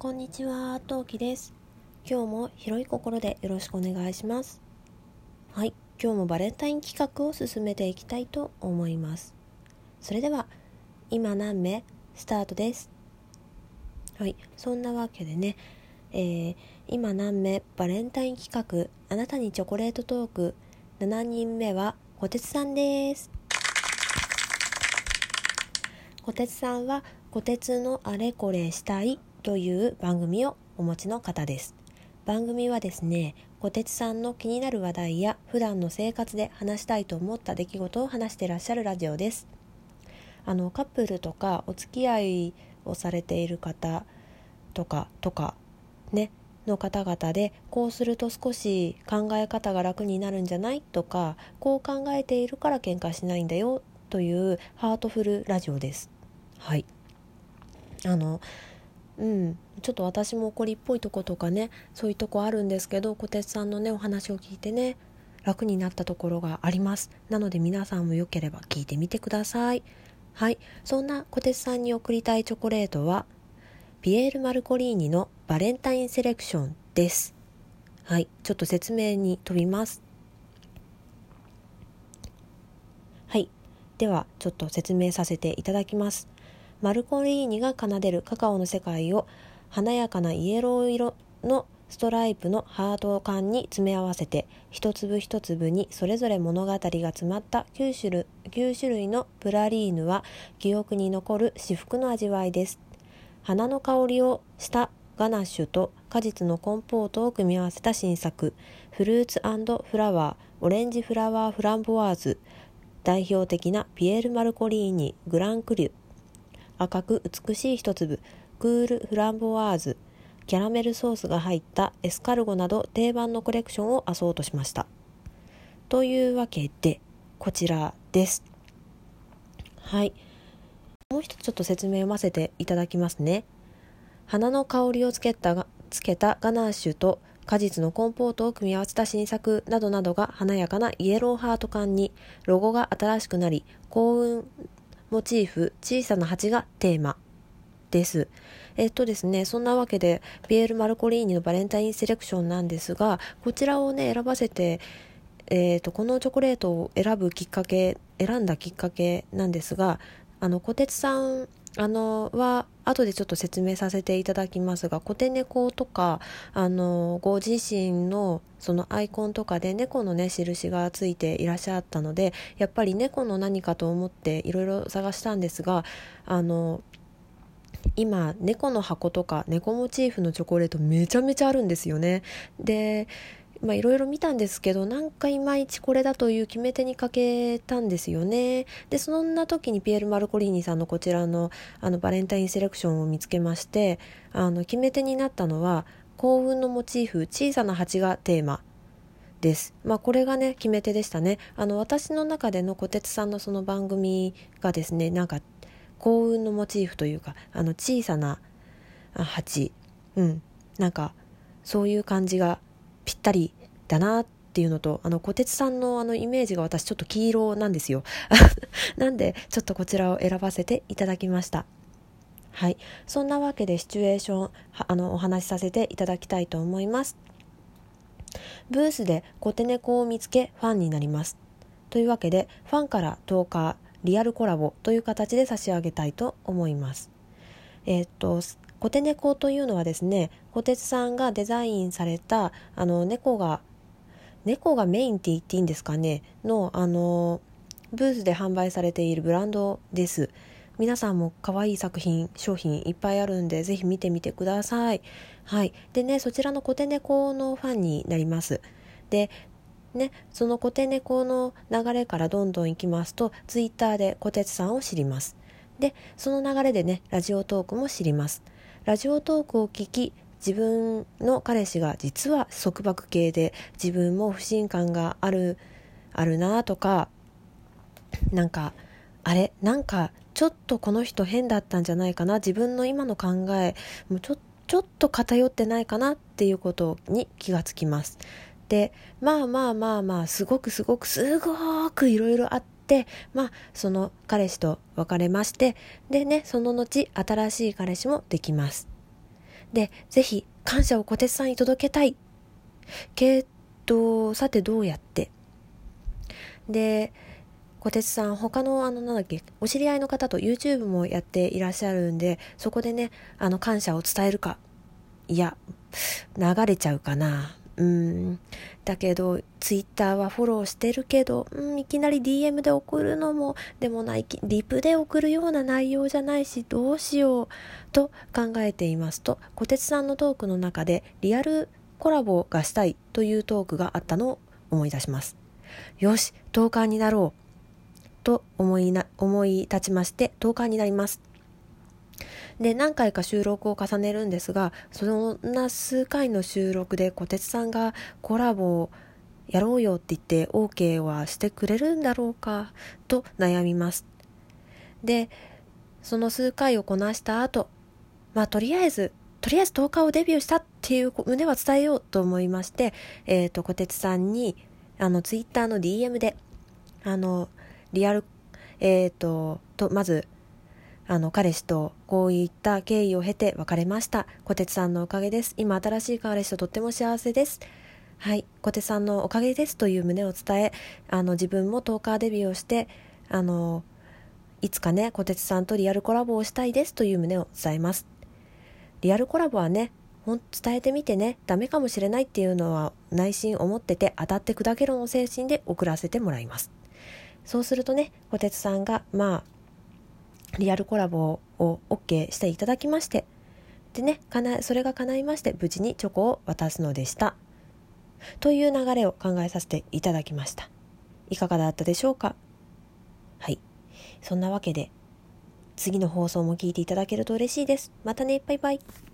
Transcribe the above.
こんにちは、トウキです。今日も広い心でよろしくお願いします。はい、今日もバレンタイン企画を進めていきたいと思います。それでは、今何名スタートです。はい、そんなわけでね、今何名バレンタイン企画、あなたにチョコレートトーク、7人目はこてつさんです。こてつさんは、こてつのあれこれしたいという番組をお持ちの方です。番組はですね、こてつさんの気になる話題や普段の生活で話したいと思った出来事を話していらっしゃるラジオです。カップルとかお付き合いをされている方とかねの方々で、こうすると少し考え方が楽になるんじゃないとか、こう考えているから喧嘩しないんだよというハートフルラジオです。はい、ちょっと私も怒りっぽいとことかね、そういうとこあるんですけど、こてつさんのねお話を聞いてね、楽になったところがあります。なので皆さんもよければ聞いてみてください。はい、そんなこてつさんに送りたいチョコレートはピエール・マルコリーニのバレンタインセレクションです。はい、ちょっと説明に飛びます。はい、ではちょっと説明させていただきます。マルコリーニが奏でるカカオの世界を華やかなイエロー色のストライプのハート缶に詰め合わせて、一粒一粒にそれぞれ物語が詰まった9種類のプラリーヌは記憶に残る至福の味わいです。花の香りをしたガナッシュと果実のコンポートを組み合わせた新作、フルーツ&フラワー、オレンジフラワーフランボワーズ、代表的なピエール・マルコリーニグランクリュ、赤く美しい一粒クールフランボワーズ、キャラメルソースが入ったエスカルゴなど定番のコレクションをアソートしました。というわけでこちらです。はい、もう一つちょっと説明を読ませていただきますね。花の香りをつけたガナッシュと果実のコンポートを組み合わせた新作などなどが華やかなイエローハート缶に、ロゴが新しくなり幸運モチーフ小さな鉢がテーマです。ですね、そんなわけでピエール・マルコリーニのバレンタインセレクションなんですが、こちらをね選ばせて、このチョコレートを選んだきっかけなんですが、こてつさんは後でちょっと説明させていただきますが、コテネコとかご自身のそのアイコンとかで猫のね印がついていらっしゃったので、やっぱり猫の何かと思っていろいろ探したんですが、今猫の箱とか猫モチーフのチョコレートめちゃめちゃあるんですよね。でいろいろ見たんですけど、なんかいまいちこれだという決め手にかけたんですよね。でそんな時にピエール・マルコリーニさんのこちらのバレンタインセレクションを見つけまして、決め手になったのは幸運のモチーフ小さな鉢がテーマです。これがね決め手でしたね。私の中でのこてつさんのその番組がですね、なんか幸運のモチーフというか小さな鉢、なんかそういう感じがぴったりだなっていうのと、こてつさんのイメージが私ちょっと黄色なんですよなんでちょっとこちらを選ばせていただきました。はい、そんなわけでシチュエーションお話しさせていただきたいと思います。ブースでコテネコを見つけファンになります。というわけでファンから10日リアルコラボという形で差し上げたいと思います。コテネコというのはですね、こてつさんがデザインされた猫がメインって言っていいんですかねのブースで販売されているブランドです。皆さんも可愛い商品いっぱいあるんでぜひ見てみてください。はい、でね、そちらのコテネコのファンになります。でね、そのコテネコの流れからどんどん行きますと、ツイッターでこてつさんを知ります。でその流れでねラジオトークも知ります。ラジオトークを聞き、自分の彼氏が実は束縛系で自分も不信感があるなとか、なんかちょっとこの人変だったんじゃないかな、自分の今の考えもちょっと偏ってないかなっていうことに気がつきます。ですごくいろいろあって、その彼氏と別れまして、でねその後新しい彼氏もできます。 で、ぜひ感謝を小鉄さんに届けたいけど、さてどうやって。で、小鉄さん、他のお知り合いの方と YouTube もやっていらっしゃるんで、そこでね、感謝を伝えるか。いや、流れちゃうかな。だけど、Twitter はフォローしてるけど、いきなり DM で送るのも、でもない、リプで送るような内容じゃないし、どうしよう、と考えていますと、小鉄さんのトークの中で、リアルコラボがしたいというトークがあったのを思い出します。よし、トーカーになろう。と思い立ちまして、トーカーになります。で、何回か収録を重ねるんですが、そんな数回の収録で小鉄さんがコラボをやろうよって言って OK はしてくれるんだろうかと悩みます。で、その数回をこなした後、とりあえずトーカーをデビューしたっていう旨は伝えようと思いまして、小鉄さんにツイッターの DM でリアルまず彼氏とこういった経緯を経て別れました。小鉄さんのおかげです。今新しい彼氏ととっても幸せです。はい、小鉄さんのおかげですという旨を伝え、自分もトーカーデビューをしていつかね、小鉄さんとリアルコラボをしたいですという旨を伝えます。リアルコラボはね、伝えてみてね、ダメかもしれないっていうのは内心思ってて、当たって砕けろの精神で送らせてもらいます。そうするとね、小鉄さんがリアルコラボを OK していただきまして、でね、それが叶いまして、無事にチョコを渡すのでしたという流れを考えさせていただきました。いかがだったでしょうか。はい、そんなわけで次の放送も聞いていただけると嬉しいです。またね、バイバイ。